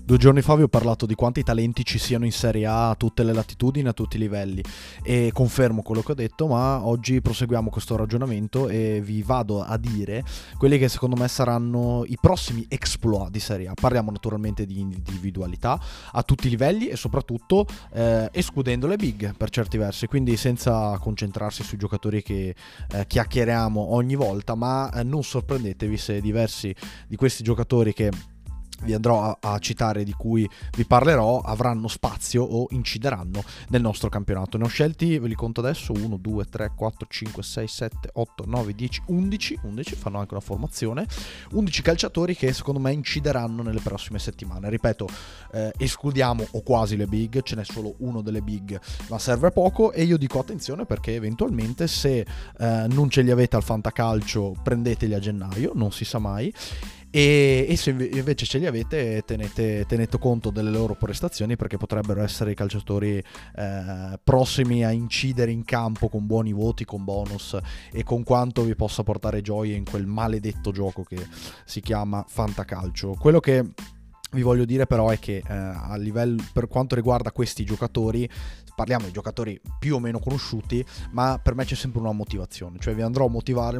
2 giorni fa vi ho parlato di quanti talenti ci siano in Serie A a tutte le latitudini, a tutti i livelli, e confermo quello che ho detto, ma oggi proseguiamo questo ragionamento e vi vado a dire quelli che secondo me saranno i prossimi exploit di Serie A. Parliamo naturalmente di individualità a tutti i livelli e soprattutto escludendo le big per certi versi, quindi senza concentrarsi sui giocatori che chiacchieriamo ogni volta, ma non sorprendetevi se diversi di questi giocatori che vi andrò a citare, di cui vi parlerò, avranno spazio o incideranno nel nostro campionato. Ne ho scelti, ve li conto adesso, 1, 2, 3, 4, 5, 6, 7, 8, 9, 10, 11, fanno anche una formazione, 11 calciatori che secondo me incideranno nelle prossime settimane. Ripeto, escludiamo o quasi le big, ce n'è solo uno delle big, ma serve a poco, e io dico attenzione perché eventualmente se non ce li avete al fantacalcio prendeteli a gennaio, non si sa mai. E se invece ce li avete tenete conto delle loro prestazioni, perché potrebbero essere i calciatori prossimi a incidere in campo con buoni voti, con bonus e con quanto vi possa portare gioia in quel maledetto gioco che si chiama fantacalcio. Quello che vi voglio dire però è che a livello, per quanto riguarda questi giocatori, parliamo di giocatori più o meno conosciuti, ma per me c'è sempre una motivazione, cioè vi andrò a motivare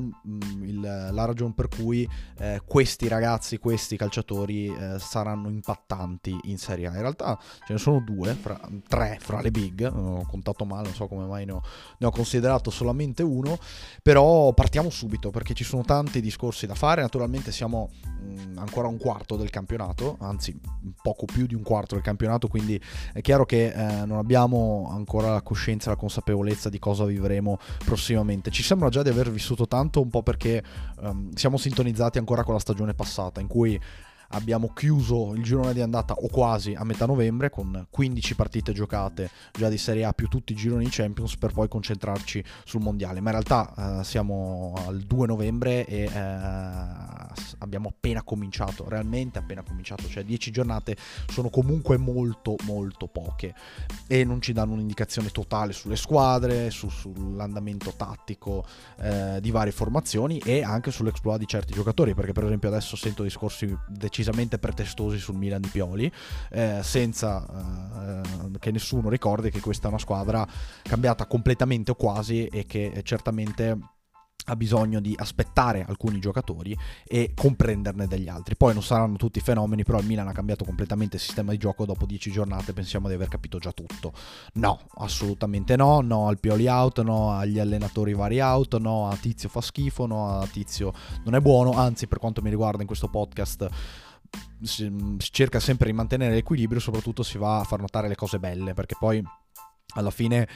la ragione per cui questi ragazzi, questi calciatori saranno impattanti in Serie A. In realtà ce ne sono tre fra le big, ho contato male, non so come mai ne ho considerato solamente uno, però partiamo subito perché ci sono tanti discorsi da fare. Naturalmente siamo ancora un quarto del campionato, anzi poco più di un quarto del campionato, quindi è chiaro che non abbiamo ancora la coscienza, la consapevolezza di cosa vivremo prossimamente. Ci sembra già di aver vissuto tanto, un po' perché siamo sintonizzati ancora con la stagione passata, in cui abbiamo chiuso il girone di andata o quasi a metà novembre con 15 partite giocate già di Serie A più tutti i gironi di Champions, per poi concentrarci sul mondiale. Ma in realtà siamo al 2 novembre e abbiamo appena cominciato, realmente appena cominciato, cioè 10 giornate sono comunque molto molto poche e non ci danno un'indicazione totale sulle squadre, sull'andamento tattico di varie formazioni e anche sull'exploit di certi giocatori, perché per esempio adesso sento discorsi decisamente pretestosi sul Milan di Pioli, senza che nessuno ricordi che questa è una squadra cambiata completamente o quasi, e che certamente ha bisogno di aspettare alcuni giocatori e comprenderne degli altri. Poi non saranno tutti fenomeni, però il Milan ha cambiato completamente il sistema di gioco. Dopo 10 giornate pensiamo di aver capito già tutto. No, assolutamente no. No al Pioli out, no agli allenatori vari out, no a Tizio fa schifo, no a Tizio non è buono. Anzi, per quanto mi riguarda, in questo podcast si cerca sempre di mantenere l'equilibrio, soprattutto si va a far notare le cose belle, perché poi alla fine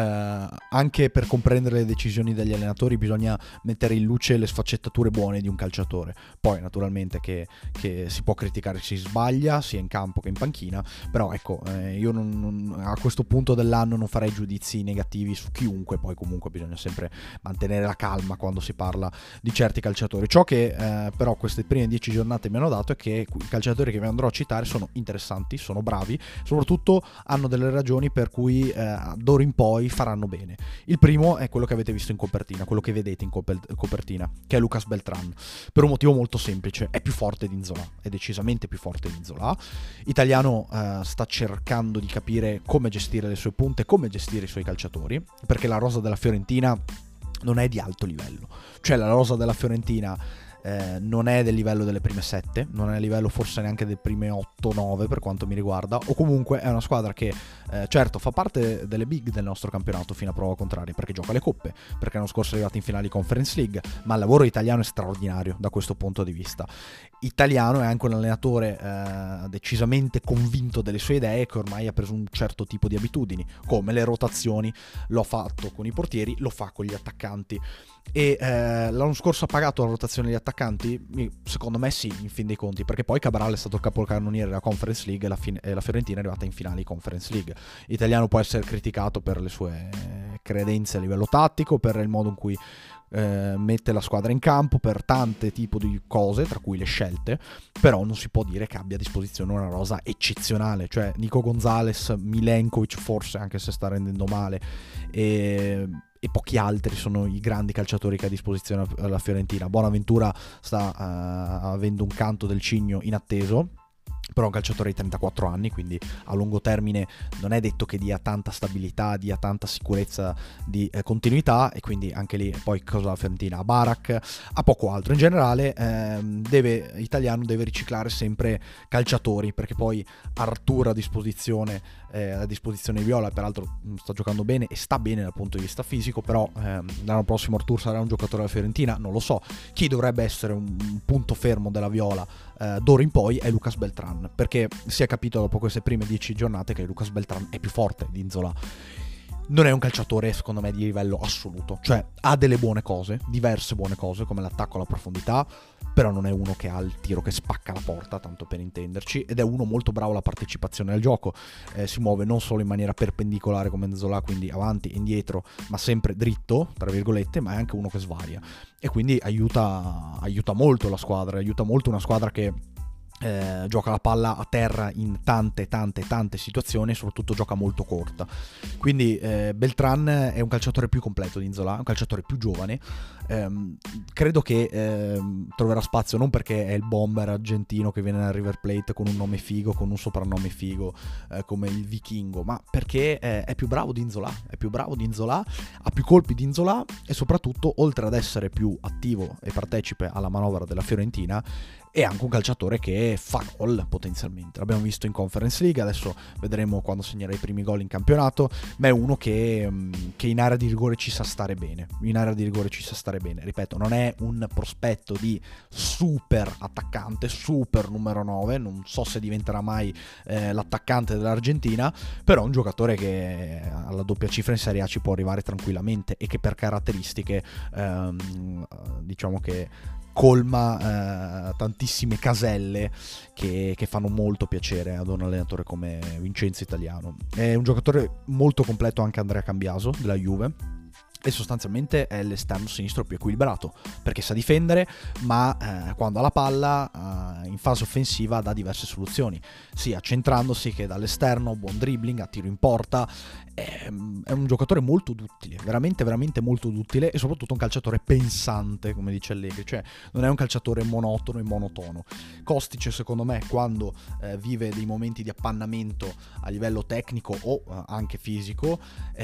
anche per comprendere le decisioni degli allenatori bisogna mettere in luce le sfaccettature buone di un calciatore. Poi naturalmente che si può criticare, si sbaglia sia in campo che in panchina, però ecco, io a questo punto dell'anno non farei giudizi negativi su chiunque. Poi comunque bisogna sempre mantenere la calma quando si parla di certi calciatori. Ciò che però queste prime 10 giornate mi hanno dato è che i calciatori che vi andrò a citare sono interessanti, sono bravi, soprattutto hanno delle ragioni per cui d'ora in poi faranno bene. Il primo è quello che avete visto in copertina, quello che vedete in copertina, che è Lucas Beltran, per un motivo molto semplice: è più forte di Nzola, è decisamente più forte di Nzola. Italiano sta cercando di capire come gestire le sue punte, come gestire i suoi calciatori, perché la rosa della Fiorentina non è di alto livello, cioè la rosa della Fiorentina non è del livello delle prime 7, non è a livello forse neanche delle prime 8-9 per quanto mi riguarda, o comunque è una squadra che certo fa parte delle big del nostro campionato fino a prova contraria, perché gioca le coppe, perché l'anno scorso è arrivato in finale di Conference League, ma il lavoro italiano è straordinario da questo punto di vista. Italiano è anche un allenatore decisamente convinto delle sue idee, che ormai ha preso un certo tipo di abitudini, come le rotazioni. L'ho fatto con i portieri, lo fa con gli attaccanti, e l'anno scorso ha pagato la rotazione degli attaccanti? Secondo me sì, in fin dei conti, perché poi Cabral è stato il capocannoniere della Conference League e la Fiorentina è arrivata in finale di Conference League. Italiano può essere criticato per le sue credenze a livello tattico, per il modo in cui mette la squadra in campo, per tante tipi di cose, tra cui le scelte, però non si può dire che abbia a disposizione una rosa eccezionale. Cioè Nico Gonzalez, Milenkovic forse, anche se sta rendendo male, e pochi altri sono i grandi calciatori che ha a disposizione la Fiorentina. Bonaventura sta avendo un canto del cigno inatteso, però è un calciatore di 34 anni, quindi a lungo termine non è detto che dia tanta stabilità, dia tanta sicurezza di continuità, e quindi anche lì poi cosa la Fiorentina? A Barak, a poco altro. In generale Italiano deve riciclare sempre calciatori, perché poi Artur a disposizione di Viola, peraltro sta giocando bene e sta bene dal punto di vista fisico, però l'anno prossimo Artur sarà un giocatore della Fiorentina, non lo so. Chi dovrebbe essere un punto fermo della Viola d'ora in poi è Lucas Beltran, perché si è capito dopo queste prime 10 giornate che Lucas Beltran è più forte di Nzola. Non è un calciatore secondo me di livello assoluto, cioè ha delle buone cose, diverse buone cose come l'attacco alla profondità, però non è uno che ha il tiro che spacca la porta, tanto per intenderci, ed è uno molto bravo alla partecipazione al gioco, si muove non solo in maniera perpendicolare come Nzola, quindi avanti e indietro, ma sempre dritto, tra virgolette, ma è anche uno che svaria, e quindi aiuta molto la squadra, aiuta molto una squadra che gioca la palla a terra in tante situazioni, e soprattutto gioca molto corta. Quindi Beltran è un calciatore più completo di Nzola, un calciatore più giovane. Credo che troverà spazio non perché è il bomber argentino che viene dal River Plate con un nome figo, con un soprannome figo come il vichingo, ma perché è più bravo di Nzola, ha più colpi di Nzola, e soprattutto, oltre ad essere più attivo e partecipe alla manovra della Fiorentina, è anche un calciatore che fa gol potenzialmente. L'abbiamo visto in Conference League, adesso vedremo quando segnerà i primi gol in campionato, ma è uno che in area di rigore ci sa stare bene. Ripeto, non è un prospetto di super attaccante, super numero 9, non so se diventerà mai l'attaccante dell'Argentina, però è un giocatore che alla doppia cifra in Serie A ci può arrivare tranquillamente, e che per caratteristiche diciamo che colma tantissime caselle che fanno molto piacere ad un allenatore come Vincenzo Italiano. È un giocatore molto completo anche Andrea Cambiaso della Juve, e sostanzialmente è l'esterno sinistro più equilibrato, perché sa difendere, ma quando ha la palla in fase offensiva dà diverse soluzioni, sia centrandosi che dall'esterno, buon dribbling, a tiro in porta. È un giocatore molto duttile, veramente molto duttile, e soprattutto un calciatore pensante, come dice Allegri, cioè non è un calciatore monotono e monotono. Kostic, secondo me, quando vive dei momenti di appannamento a livello tecnico o anche fisico,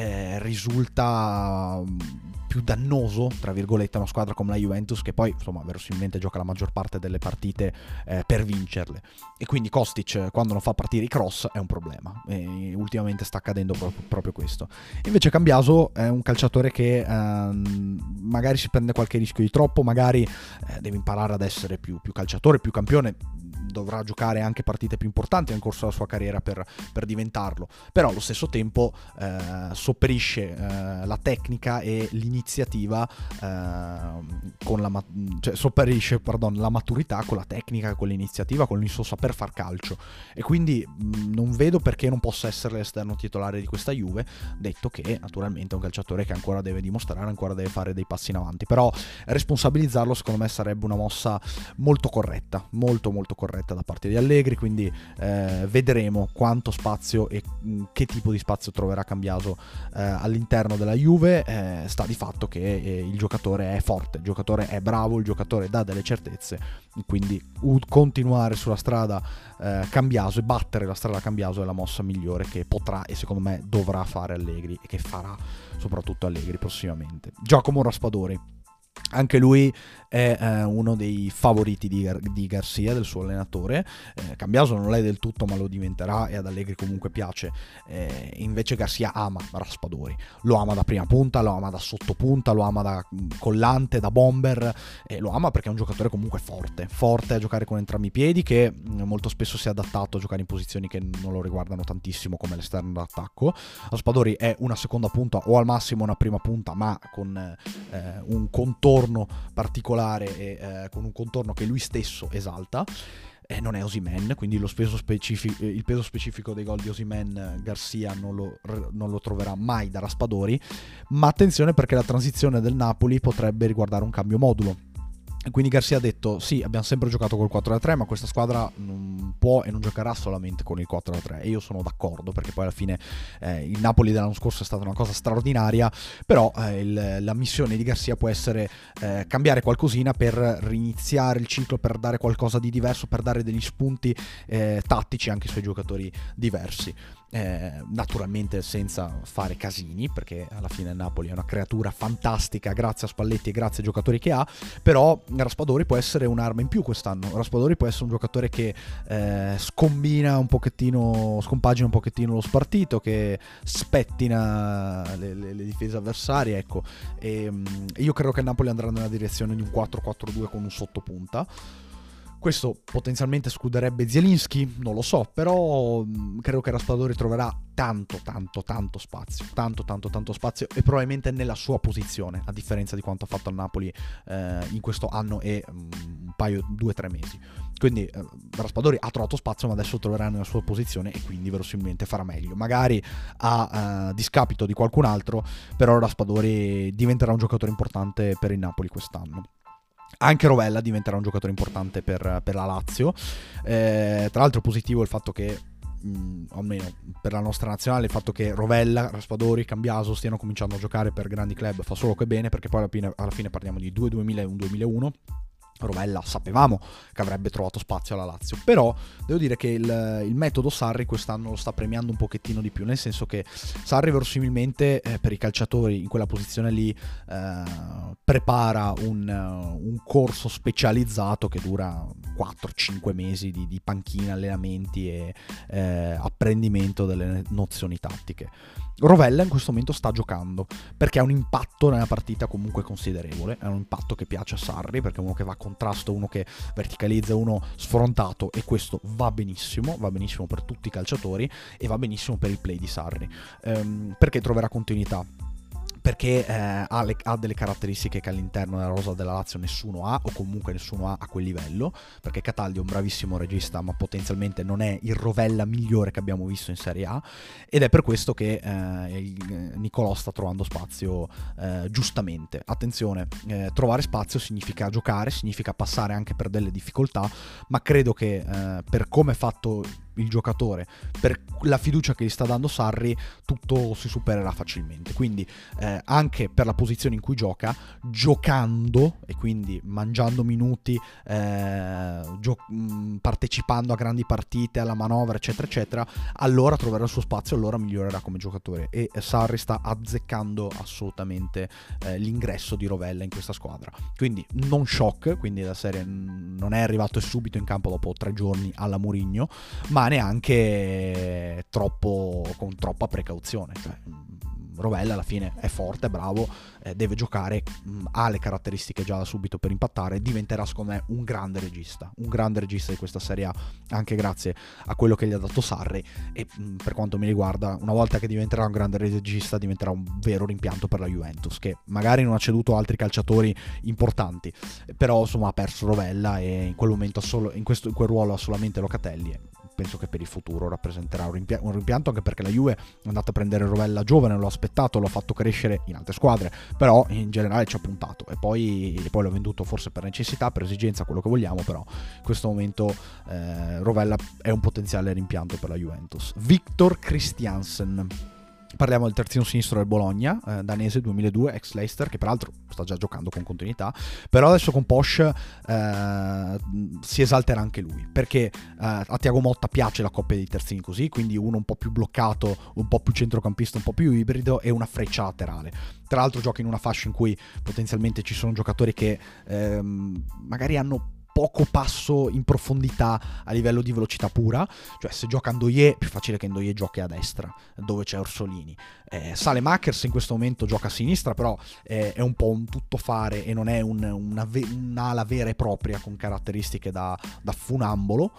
risulta più dannoso, tra virgolette, a una squadra come la Juventus, che poi insomma verosimilmente gioca la maggior parte delle partite per vincerle, e quindi Kostic, quando non fa partire i cross, è un problema, e ultimamente sta accadendo proprio questo. Invece Cambiaso è un calciatore che magari si prende qualche rischio di troppo, magari deve imparare ad essere più calciatore, più campione, dovrà giocare anche partite più importanti nel corso della sua carriera per diventarlo, però allo stesso tempo sopperisce la tecnica e l'iniziativa sopperisce la maturità con la tecnica, con l'iniziativa, con il suo saper far calcio, e quindi non vedo perché non possa essere l'esterno titolare di questa Juve, detto che naturalmente è un calciatore che ancora deve dimostrare, ancora deve fare dei passi in avanti, però responsabilizzarlo secondo me sarebbe una mossa molto corretta, molto corretta da parte di Allegri, quindi vedremo quanto spazio e che tipo di spazio troverà Cambiaso all'interno della Juve. Sta di fatto che il giocatore è forte, il giocatore è bravo, il giocatore dà delle certezze, quindi continuare sulla strada Cambiaso e battere la strada Cambiaso è la mossa migliore che potrà e secondo me dovrà fare Allegri, e che farà soprattutto Allegri prossimamente. Giacomo Raspadori, anche lui è uno dei favoriti di Garcia, del suo allenatore. Cambiaso non è del tutto, ma lo diventerà, e ad Allegri comunque piace. Invece Garcia ama Raspadori, lo ama da prima punta, lo ama da sottopunta, lo ama da collante, da bomber, lo ama perché è un giocatore comunque forte a giocare con entrambi i piedi, che molto spesso si è adattato a giocare in posizioni che non lo riguardano tantissimo, come l'esterno d'attacco. Raspadori è una seconda punta o al massimo una prima punta, ma con un contorno particolare e con un contorno che lui stesso esalta. Non è Osimhen, quindi il peso specifico dei gol di Osimhen Garcia non lo troverà mai da Raspadori, ma attenzione, perché la transizione del Napoli potrebbe riguardare un cambio modulo. Quindi Garcia ha detto sì, abbiamo sempre giocato col 4-3, ma questa squadra non può e non giocherà solamente con il 4-3, e io sono d'accordo, perché poi alla fine il Napoli dell'anno scorso è stata una cosa straordinaria, però la missione di Garcia può essere cambiare qualcosina per riniziare il ciclo, per dare qualcosa di diverso, per dare degli spunti tattici anche ai suoi giocatori diversi. Naturalmente senza fare casini, perché alla fine il Napoli è una creatura fantastica grazie a Spalletti e grazie ai giocatori che ha, però Raspadori può essere un'arma in più quest'anno. Raspadori può essere un giocatore che scompagina un pochettino lo spartito, che spettina le difese avversarie, ecco. E io credo che il Napoli andrà nella direzione di un 4-4-2 con un sottopunta. Questo potenzialmente escluderebbe Zielinski, non lo so, però credo che Raspadori troverà tanto spazio, tanto spazio, e probabilmente nella sua posizione, a differenza di quanto ha fatto al Napoli in questo anno e un paio, 2-3 mesi. Quindi Raspadori ha trovato spazio, ma adesso troverà nella sua posizione e quindi verosimilmente farà meglio, magari a discapito di qualcun altro, però Raspadori diventerà un giocatore importante per il Napoli quest'anno. Anche Rovella diventerà un giocatore importante per la Lazio. Tra l'altro positivo il fatto che, almeno per la nostra nazionale, il fatto che Rovella, Raspadori, Cambiaso stiano cominciando a giocare per grandi club fa solo che bene, perché poi alla fine parliamo di 2 2000 e un 2001. Rovella sapevamo che avrebbe trovato spazio alla Lazio, però devo dire che il metodo Sarri quest'anno lo sta premiando un pochettino di più, nel senso che Sarri verosimilmente per i calciatori in quella posizione lì prepara un corso specializzato che dura 4-5 mesi di panchina, allenamenti e apprendimento delle nozioni tattiche. Rovella in questo momento sta giocando perché ha un impatto nella partita comunque considerevole, è un impatto che piace a Sarri, perché è uno che va a contrasto, uno che verticalizza, uno sfrontato, e questo va benissimo per tutti i calciatori e va benissimo per il play di Sarri, perché troverà continuità, perché ha delle caratteristiche che all'interno della rosa della Lazio nessuno ha, o comunque nessuno ha a quel livello, perché Cataldi è un bravissimo regista, ma potenzialmente non è il Rovella migliore che abbiamo visto in Serie A, ed è per questo che Nicolò sta trovando spazio giustamente. Attenzione, trovare spazio significa giocare, significa passare anche per delle difficoltà, ma credo che per come è fatto il giocatore, per la fiducia che gli sta dando Sarri, tutto si supererà facilmente. Quindi anche per la posizione in cui gioca, giocando e quindi mangiando minuti, partecipando a grandi partite, alla manovra eccetera eccetera, allora troverà il suo spazio, allora migliorerà come giocatore, e Sarri sta azzeccando assolutamente l'ingresso di Rovella in questa squadra. Quindi non shock, quindi la serie non è arrivato subito in campo dopo 3 giorni alla Mourinho, ma neanche con troppa precauzione. Cioè, Rovella alla fine è forte, è bravo, deve giocare, ha le caratteristiche già da subito per impattare, diventerà secondo me un grande regista di questa Serie A, anche grazie a quello che gli ha dato Sarri, e per quanto mi riguarda, una volta che diventerà un grande regista, diventerà un vero rimpianto per la Juventus, che magari non ha ceduto altri calciatori importanti, però insomma ha perso Rovella, e in quel momento in quel ruolo ha solamente Locatelli, e penso che per il futuro rappresenterà un rimpianto, anche perché la Juve è andata a prendere Rovella giovane, l'ho aspettato, l'ho fatto crescere in altre squadre, però in generale ci ha puntato, e poi l'ho venduto forse per necessità, per esigenza, quello che vogliamo, però in questo momento Rovella è un potenziale rimpianto per la Juventus. Victor Christiansen, parliamo del terzino sinistro del Bologna, danese, 2002, ex Leicester, che peraltro sta già giocando con continuità, però adesso con Posch si esalterà anche lui, perché a Thiago Motta piace la coppia di terzini così, quindi uno un po' più bloccato, un po' più centrocampista, un po' più ibrido, e una freccia laterale. Tra l'altro gioca in una fascia in cui potenzialmente ci sono giocatori che magari hanno poco passo in profondità a livello di velocità pura, cioè se gioca Ndoye è più facile che Ndoye giochi a destra dove c'è Orsolini. Salemakers in questo momento gioca a sinistra, però è un po' un tuttofare e non è un'ala vera e propria con caratteristiche da funambolo,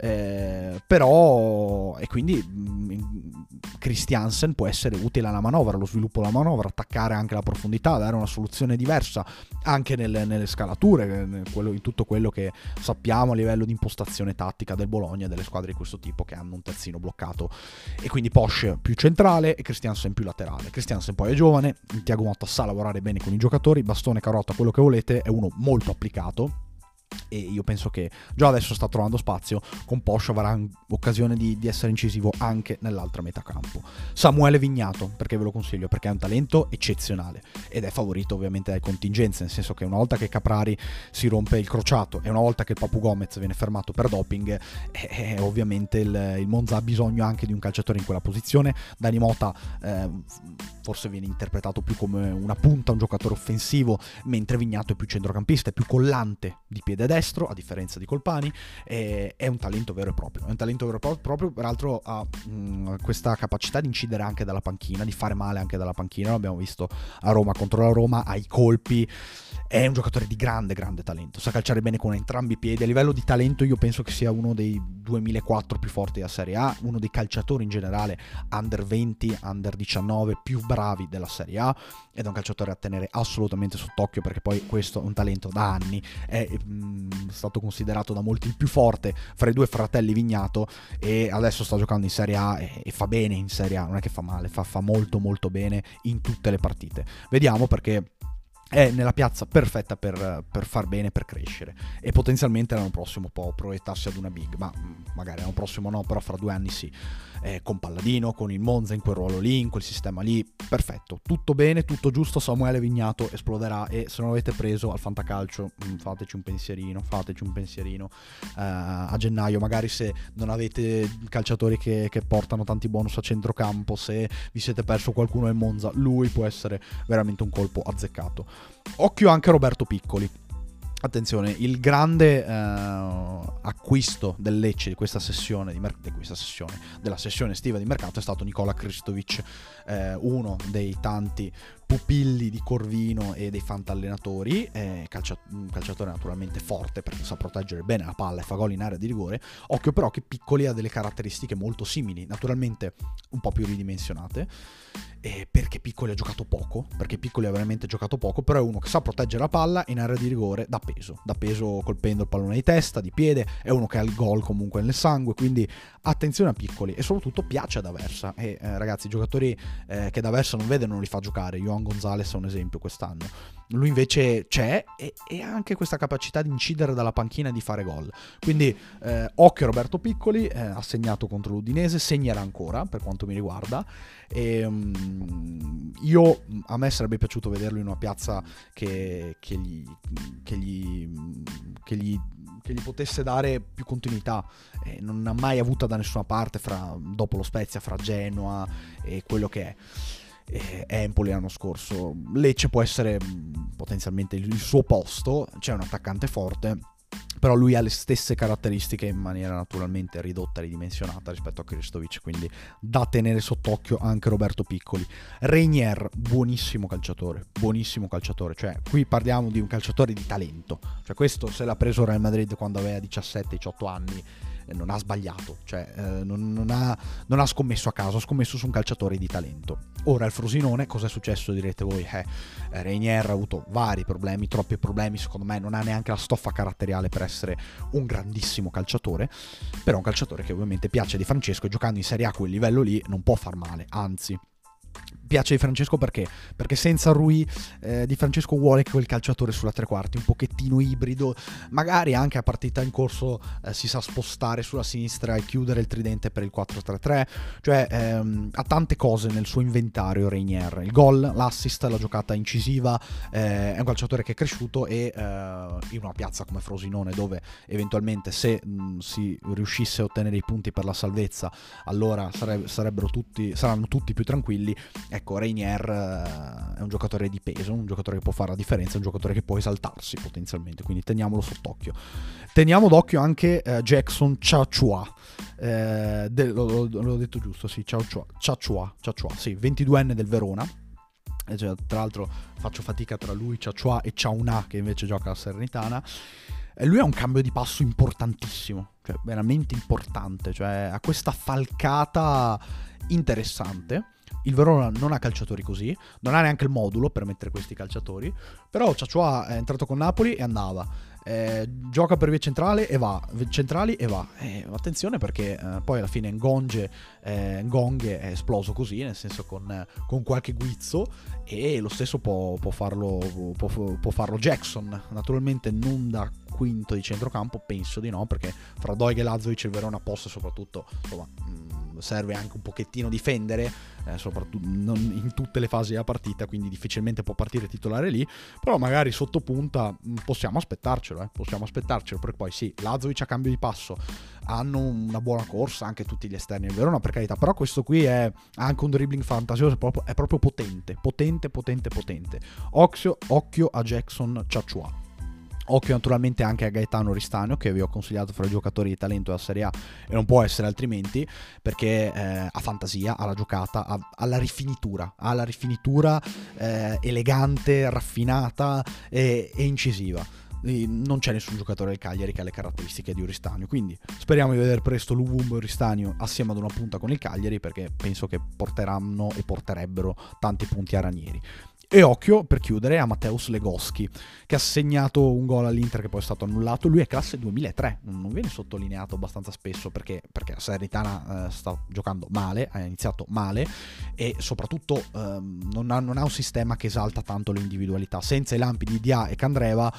però, e quindi Christiansen può essere utile alla manovra, allo sviluppo della manovra, attaccare anche la profondità, dare una soluzione diversa anche nelle scalature, in tutto quello che che sappiamo a livello di impostazione tattica del Bologna, delle squadre di questo tipo che hanno un terzino bloccato, e quindi Posch più centrale e Christiansen più laterale. Christiansen poi è giovane, Thiago Motta sa lavorare bene con i giocatori, bastone, carota, quello che volete, è uno molto applicato, e io penso che già adesso sta trovando spazio. Con Posch avrà occasione di essere incisivo anche nell'altra metà campo. Samuele Vignato, perché ve lo consiglio? Perché è un talento eccezionale ed è favorito ovviamente dalle contingenze, nel senso che una volta che Caprari si rompe il crociato e una volta che il Papu Gomez viene fermato per doping, ovviamente il Monza ha bisogno anche di un calciatore in quella posizione. Dani Mota forse viene interpretato più come una punta, un giocatore offensivo, mentre Vignato è più centrocampista, è più collante di piede destro, a differenza di Colpani. È un talento vero e proprio, è un talento vero e proprio, peraltro ha questa capacità di incidere anche dalla panchina, di fare male anche dalla panchina, l'abbiamo visto a Roma contro la Roma, ai colpi. È un giocatore di grande talento, sa calciare bene con entrambi i piedi. A livello di talento io penso che sia uno dei 2004 più forti della Serie A, uno dei calciatori in generale under 20, under 19 più bravi della Serie A, ed è un calciatore a tenere assolutamente sott'occhio, perché poi questo è un talento da anni, è stato considerato da molti il più forte fra i due fratelli Vignato, e adesso sta giocando in Serie A e fa bene in Serie A, non è che fa male, fa molto bene in tutte le partite. Vediamo, perché è nella piazza perfetta per far bene, per crescere, e potenzialmente l'anno prossimo può proiettarsi ad una big, ma magari l'anno prossimo no, però fra 2 anni sì, con Palladino, con il Monza in quel ruolo lì, in quel sistema lì, perfetto, tutto bene, tutto giusto. Samuele Vignato esploderà, e se non l'avete preso al Fantacalcio fateci un pensierino a gennaio, magari se non avete calciatori che portano tanti bonus a centrocampo, se vi siete perso qualcuno del Monza, lui può essere veramente un colpo azzeccato. Occhio anche a Roberto Piccoli. Attenzione, il grande acquisto del Lecce di questa sessione della sessione estiva di mercato è stato Nikola Kristovic, uno dei tanti pupilli di Corvino e dei fantallenatori, un calciatore naturalmente forte perché sa proteggere bene la palla e fa gol in area di rigore. Occhio però che Piccoli ha delle caratteristiche molto simili, naturalmente un po' più ridimensionate, perché Piccoli ha giocato poco, però è uno che sa proteggere la palla in area di rigore da peso colpendo il pallone di testa, di piede, è uno che ha il gol comunque nel sangue, quindi attenzione a Piccoli, e soprattutto piace ad Aversa, e ragazzi, i giocatori che ad Aversa non vede non li fa giocare. Johan Gonzalez è un esempio quest'anno, lui invece c'è e ha anche questa capacità di incidere dalla panchina e di fare gol, quindi occhio a Roberto Piccoli, ha segnato contro l'Udinese, segnerà ancora per quanto mi riguarda, e a me sarebbe piaciuto vederlo in una piazza che gli potesse dare più continuità, non ha mai avuta da nessuna parte dopo lo Spezia, fra Genoa e quello che è Empoli l'anno scorso. Lecce può essere potenzialmente il suo posto, c'è un attaccante forte, però lui ha le stesse caratteristiche in maniera naturalmente ridotta e ridimensionata rispetto a Kristovic, quindi da tenere sott'occhio anche Roberto Piccoli. Reinier, buonissimo calciatore, cioè qui parliamo di un calciatore di talento, cioè questo se l'ha preso Real Madrid quando aveva 17-18 anni, non ha sbagliato, cioè non ha scommesso a caso, ha scommesso su un calciatore di talento. Ora il Frosinone, cosa è successo direte voi? Reinier ha avuto vari problemi, troppi problemi, secondo me non ha neanche la stoffa caratteriale per essere un grandissimo calciatore, però è un calciatore che ovviamente piace Di Francesco, e giocando in Serie A a quel livello lì non può far male, anzi piace Di Francesco perché senza Rui Di Francesco vuole quel calciatore sulla tre quarti un pochettino ibrido, magari anche a partita in corso si sa spostare sulla sinistra e chiudere il tridente per il 4-3-3, cioè ha tante cose nel suo inventario Reinier, il gol, l'assist, la giocata incisiva, è un calciatore che è cresciuto, e in una piazza come Frosinone, dove eventualmente se si riuscisse a ottenere i punti per la salvezza, allora saranno tutti più tranquilli. Ecco, Reinier è un giocatore di peso, un giocatore che può fare la differenza, un giocatore che può esaltarsi potenzialmente, quindi teniamolo sott'occhio. Teniamo d'occhio anche Jackson Chachua, l'ho detto giusto, sì, Chachua, sì, 22enne del Verona. Cioè, tra l'altro faccio fatica tra lui, Chachua, e Chauna, che invece gioca alla Salernitana. Lui ha un cambio di passo importantissimo, cioè veramente importante, cioè ha questa falcata interessante. Il Verona non ha calciatori così, non ha neanche il modulo per mettere questi calciatori, però Chachua è entrato con Napoli e andava. gioca per vie centrali e va. Attenzione perché poi alla fine Ngonghe è esploso così, nel senso con qualche guizzo, e lo stesso può farlo Jackson, naturalmente non da quinto di centrocampo, penso di no, perché fra Doig e Lazovic il Verona possa soprattutto, insomma, serve anche un pochettino difendere, soprattutto non in tutte le fasi della partita, quindi difficilmente può partire titolare lì, però magari sotto punta possiamo aspettarcelo, perché poi sì, Lazovic a cambio di passo, hanno una buona corsa anche tutti gli esterni del Verona, per carità, però questo qui è anche un dribbling fantasioso, è proprio potente. Occhio a Jackson Ciacciua. Occhio naturalmente anche a Gaetano Ristagno, che vi ho consigliato fra i giocatori di talento della Serie A, e non può essere altrimenti, perché ha fantasia, ha la giocata, ha la rifinitura, elegante, raffinata e incisiva. Non c'è nessun giocatore del Cagliari che ha le caratteristiche di un Ristagno, quindi speriamo di vedere presto Luvumbo e Ristagno assieme ad una punta con il Cagliari, perché penso che porteranno e porterebbero tanti punti a Ranieri. E occhio, per chiudere, a Mateusz Legowski, che ha segnato un gol all'Inter che poi è stato annullato. Lui è classe 2003, non viene sottolineato abbastanza spesso perché la Salernitana sta giocando male, ha iniziato male, e soprattutto non ha un sistema che esalta tanto le individualità. Senza i lampi di Dia e Candreva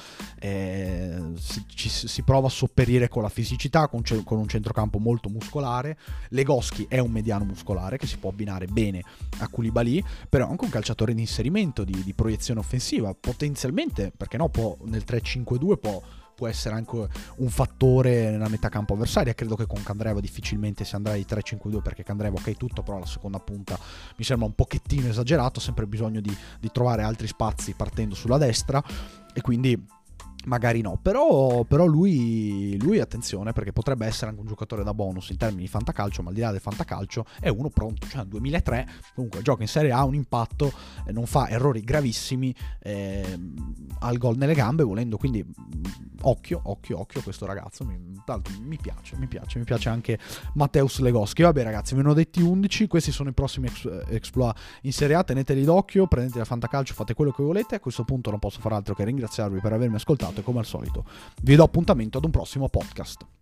si prova a sopperire con la fisicità, con un centrocampo molto muscolare. Legowski è un mediano muscolare che si può abbinare bene a Koulibaly, però è anche un calciatore di inserimento, di proiezione offensiva, potenzialmente, perché no, nel 3-5-2 può essere anche un fattore nella metà campo avversaria. Credo che con Candreva difficilmente si andrà di 3-5-2, perché Candreva ok tutto, però la seconda punta mi sembra un pochettino esagerato, sempre bisogno di trovare altri spazi partendo sulla destra, e quindi magari no, però lui attenzione, perché potrebbe essere anche un giocatore da bonus in termini di fantacalcio, ma al di là del fantacalcio è uno pronto, cioè 2003 comunque gioca in Serie A, un impatto, non fa errori gravissimi, ha il gol nelle gambe volendo, quindi occhio a questo ragazzo, mi piace anche Mateusz Legowski. Vabbè ragazzi, ve ne ho detti 11, questi sono i prossimi exploit in Serie A, teneteli d'occhio, prendete la fantacalcio, fate quello che volete. A questo punto non posso far altro che ringraziarvi per avermi ascoltato, e come al solito vi do appuntamento ad un prossimo podcast.